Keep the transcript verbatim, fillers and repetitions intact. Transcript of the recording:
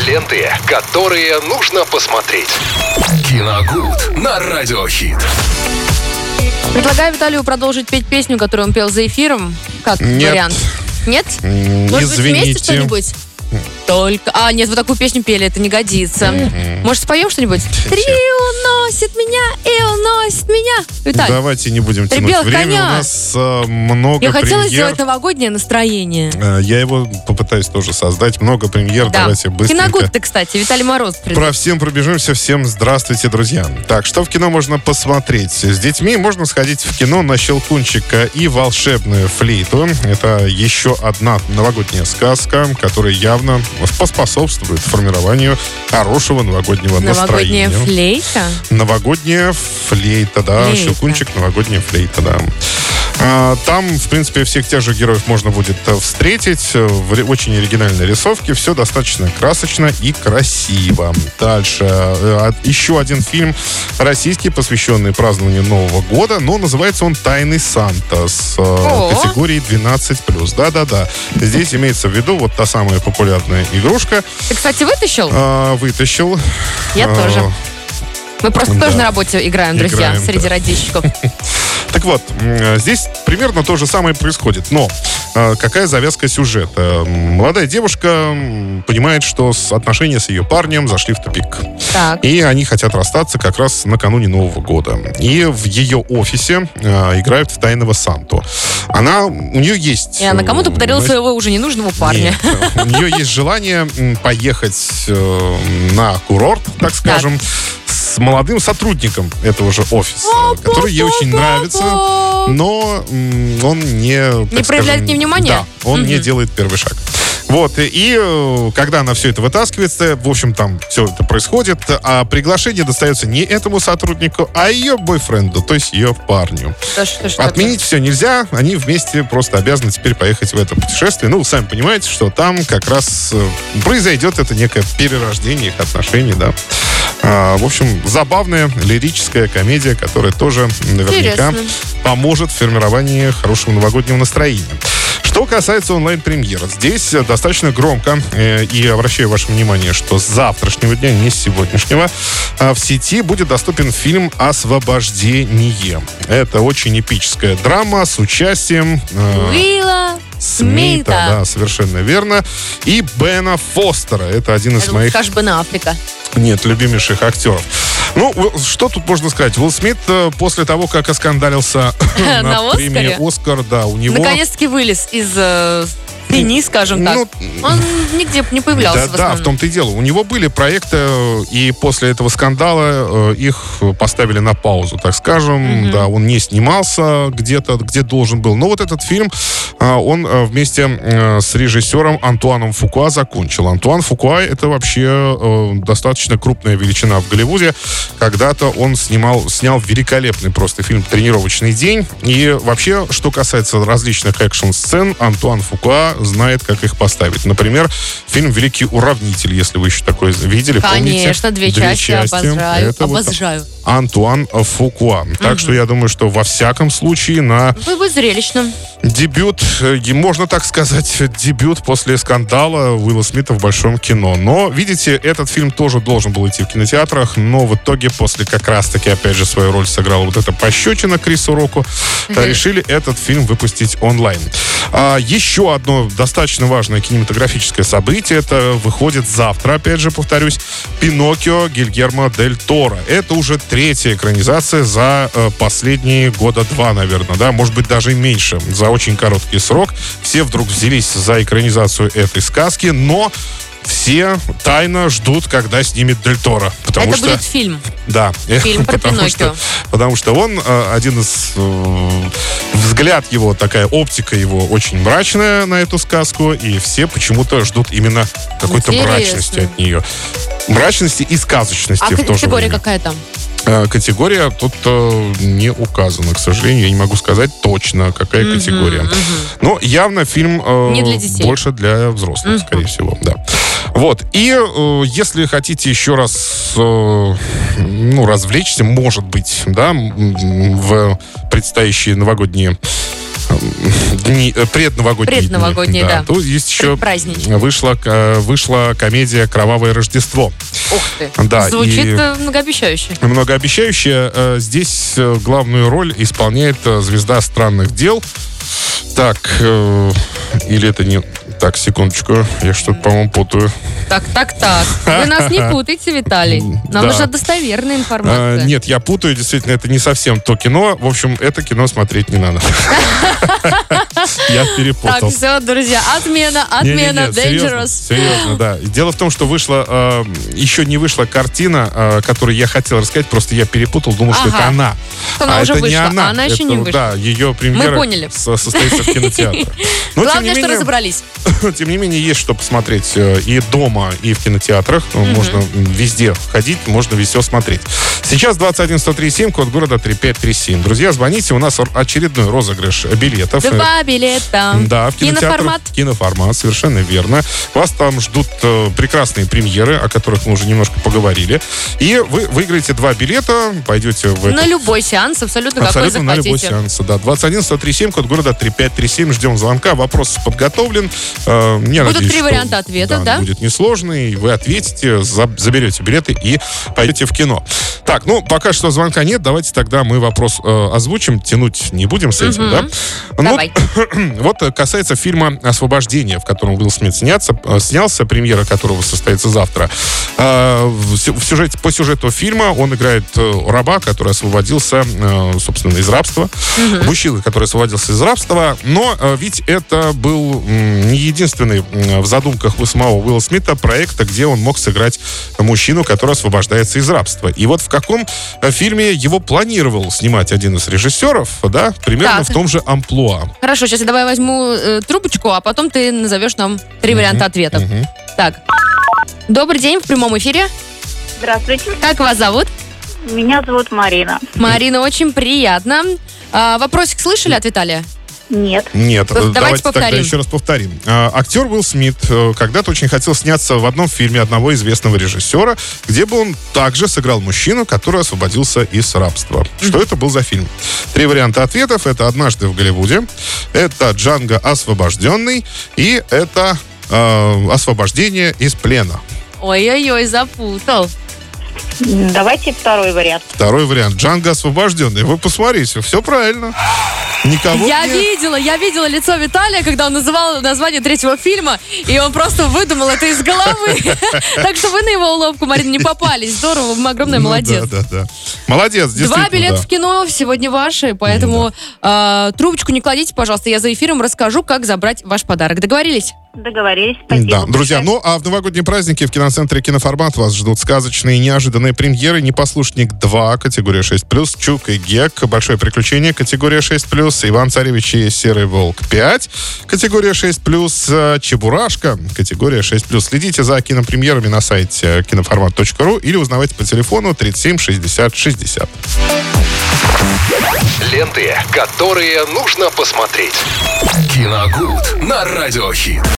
ленты, которые нужно посмотреть. Киногуд на Радиохит. Предлагаю Виталию продолжить петь песню, которую он пел за эфиром. Как Нет. вариант? Нет? М, Может быть, вместе Извините. что-нибудь? Только... А, нет, вы такую песню пели, это не годится. Мгм. Может, споем что-нибудь? Три уносит меня и уносит меня. Виталь, Давайте не будем Три тянуть белых время. коня. У нас э, много я хотела премьер. сделать новогоднее настроение. Э, Я его попытаюсь тоже создать. Много премьер. Да. Давайте быстренько. Киногуд-то, кстати, Виталий Мороз придет. Про всем пробежимся. Всем здравствуйте, друзья. Так, что в кино можно посмотреть? С детьми можно сходить в кино на «Щелкунчика» и «Волшебную флейту». Это еще одна новогодняя сказка, которая явно поспособствует формированию хорошего новогоднего Новогодняя настроения. флейта? Новогодняя флейта, да. Флейта. «Щелкунчик», новогодняя флейта, да. А, Там, в принципе, всех тех же героев можно будет э, встретить в ре- очень оригинальной рисовке. Все достаточно красочно и красиво. Дальше. э, от- Еще один фильм российский, посвященный празднованию Нового года, но называется он «Тайный Санта» с э, О. категории двенадцать плюс. Да-да-да. Здесь имеется в виду вот та самая популярная игрушка. Ты, кстати, вытащил? А, Вытащил. Я А, тоже. Мы просто да. тоже на работе играем, друзья, Играем, среди да. радищиков. Так вот, м, здесь примерно то же самое происходит. Но э, какая завязка сюжета? Молодая девушка м, понимает, что с- отношения с ее парнем зашли в тупик. Так. И они хотят расстаться как раз накануне Нового года. И в ее офисе э, играют в тайного Санту. Она, у нее есть... И она кому-то э, подарила знаешь, своего уже ненужного парня. Нет, у нее есть желание м, поехать э, на курорт, так скажем, с молодым сотрудником этого же офиса, который ей очень нравится, но м, он не... так Не проявляет скажем, к ней внимания? Да, он не Мгм. делает первый шаг. Вот, и, и, э, когда она все это вытаскивается, в общем, там все это происходит, а приглашение достается не этому сотруднику, а ее бойфренду, то есть ее парню. Да что ж такое? Отменить все нельзя, они вместе просто обязаны теперь поехать в это путешествие. Ну, вы сами понимаете, что там как раз э, произойдет это некое перерождение их отношений, да. А, в общем, забавная лирическая комедия, которая тоже наверняка Интересно. поможет в формировании хорошего новогоднего настроения. Что касается онлайн-премьер, здесь э, достаточно громко, э, и обращаю ваше внимание, что с завтрашнего дня, не с сегодняшнего, э, в сети будет доступен фильм «Освобождение». Это очень эпическая драма с участием э, Уилла Смита, Смита. да, совершенно верно, и Бена Фостера. Это один из Я думала, моих, скажешь Бен Аффлека. нет, любимейших актеров. Ну, в- что тут можно сказать? Уилл Смит э, после того, как оскандалился На на премии «Оскаре»? «Оскар», да, у него... Наконец-таки вылез из э, тени, скажем так. Ну, Он нигде не появлялся Да, в да, основном. в том-то и дело. У него были проекты, э, и после этого скандала э, их поставили на паузу, так скажем. Мгм. Да, он не снимался где-то, где должен был. Но вот этот фильм э, он э, вместе э, с режиссером Антуаном Фукуа закончил. Антуан Фукуа — это вообще э, достаточно крупная величина в Голливуде. Когда-то он снимал, снял великолепный просто фильм «Тренировочный день». И вообще, что касается различных экшн-сцен, Антуан Фукуа знает, как их поставить. Например, фильм «Великий уравнитель», если вы еще такой видели, помните? Конечно, две, части, обожаю. Это вот обожаю. Антуан Фукуа. Так что я думаю, что во всяком случае на Будет зрелищно. дебют, э, можно так сказать, дебют после скандала Уилла Смита в большом кино. Но, видите, этот фильм тоже должен был идти в кинотеатрах, но в итоге после как раз-таки, опять же, свою роль сыграла вот эта пощечина Крису Року, э, решили этот фильм выпустить онлайн. А, еще одно достаточно важное кинематографическое событие, это выходит завтра, опять же, повторюсь, «Пиноккио» Гильермо дель Торо. Это уже третья экранизация за э, последние года два, наверное, да, может быть, даже и меньше, за очень короткий срок. Все вдруг взялись за экранизацию этой сказки, но все тайно ждут, когда снимет Дель Торо. Потому Это что... будет фильм. Да. Фильм про потому Пиноккио. что, потому что он э, один из... э, взгляд его, такая оптика его очень мрачная на эту сказку, и все почему-то ждут именно какой-то Интересно. мрачности от нее. Мрачности и сказочности А в то же категория время. какая там? Э, Категория тут э, не указана, к сожалению. Я не могу сказать точно, какая Мгм, категория. мгм. Но явно фильм э, Не для детей. больше для взрослых, Мгм. скорее всего, да. Вот. И э, если хотите еще раз э, ну, развлечься, может быть, да, м, в предстоящие новогодние дни, предновогодние, предновогодние, дни. да. Тут есть еще Предпраздничные. вышла, вышла комедия «Кровавое Рождество». Ух ты. Да, Звучит и... многообещающе. Многообещающе. Здесь главную роль исполняет звезда странных дел. Так, или это не... Так, секундочку, я что-то, по-моему, путаю. Так, так, так. Вы нас не путайте, Виталий. Нам Да. нужна достоверная информация. А, нет, я путаю, действительно, это не совсем то кино. В общем, это кино смотреть не надо. Я Так, перепутал. все, друзья, отмена, отмена, Не-не-не, серьезно, dangerous. серьезно, да. Дело в том, что вышла, э, еще не вышла картина, э, которую я хотел рассказать, просто я перепутал, думал, что Ага. это она. Что она а уже это вышла, не она. а она еще Это, не вышла. Да, ее премьера Мы поняли. со- состоится в кинотеатре. Но, тем Главное, не что менее, разобрались. тем не менее, есть что посмотреть э, и дома, и в кинотеатрах. Ну, Можно везде ходить, можно везде смотреть. Сейчас двадцать один сто три семь, код города три пять три семь. Друзья, звоните, у нас очередной розыгрыш билетов. Два билета. Да, в кинотеатр. Киноформат. Киноформат, совершенно верно. Вас там ждут э, прекрасные премьеры, о которых мы уже немножко поговорили. И вы выиграете два билета, пойдете в На это... любой сеанс, абсолютно, Абсолютно какой на любой захотите. сеанс, да. двадцать один сто три семь, код города три пять три семь. Ждем звонка. Вопрос подготовлен. Э, я Будут надеюсь, три что, варианта ответов, да? Будет несложный. Вы ответите, за- заберете билеты и пойдете в кино. Так, ну, пока что звонка нет. Давайте тогда мы вопрос э, озвучим. Тянуть не будем с этим, да? Давай. Ну, вот э, касается фильма «Освобождение», в котором Уилл Смит снятся, э, снялся, премьера которого состоится завтра. Э, в сю- в сюжете, по сюжету фильма он играет э, раба, который освободился, э, собственно, из рабства. Мужчина, который освободился из рабства. Но э, ведь это был м, не единственный м, в задумках у самого Уилла Смита проекта, где он мог сыграть мужчину, который освобождается из рабства. И вот в каком э, фильме его планировал снимать один из режиссеров, да, примерно Так. в том же амплуа. Хорошо, сейчас я давай возьму э, трубочку, а потом ты назовешь нам три варианта ответов. Мгм. Так. Добрый день, в прямом эфире. Здравствуйте, Как вас зовут? меня зовут Марина. Марина, очень приятно. А, вопросик слышали от Виталия? Нет. Нет, Давайте э, давайте тогда повторим. еще раз повторим. А, актер Уилл Смит э, когда-то очень хотел сняться в одном фильме одного известного режиссера, где бы он также сыграл мужчину, который освободился из рабства. Что это был за фильм? Три варианта ответов. Это «Однажды в Голливуде», это «Джанго освобожденный» и это э, «Освобождение из плена». Ой-ой-ой, запутал. Давайте второй вариант. Второй вариант. «Джанго освобожденный». Вы посмотрите, все правильно. Никого Я нет. видела, я видела лицо Виталия, когда он называл название третьего фильма, и он просто выдумал это из головы. Так что вы на его уловку, Марина, не попались. Здорово, вы огромный Ну молодец. Да, да, да. Молодец, действительно. Два билета да. в кино сегодня ваши, поэтому э, трубочку не кладите, пожалуйста. Я за эфиром расскажу, как забрать ваш подарок. Договорились? Договорились. Спасибо. Да, друзья, большое. ну а в новогодние праздники в киноцентре «Киноформат» вас ждут сказочные неожиданные премьеры. «Непослушник два», категория шесть плюс, «Чук и Гек», «Большое приключение», категория шесть плюс, «Иван Царевич и Серый Волк пять», категория шесть плюс, «Чебурашка», категория шесть плюс. Следите за кинопремьерами на сайте киноформат точка ру или узнавайте по телефону тридцать семь шестьдесят шестьдесят. Ленты, которые нужно посмотреть. Киногуд на Радиохит.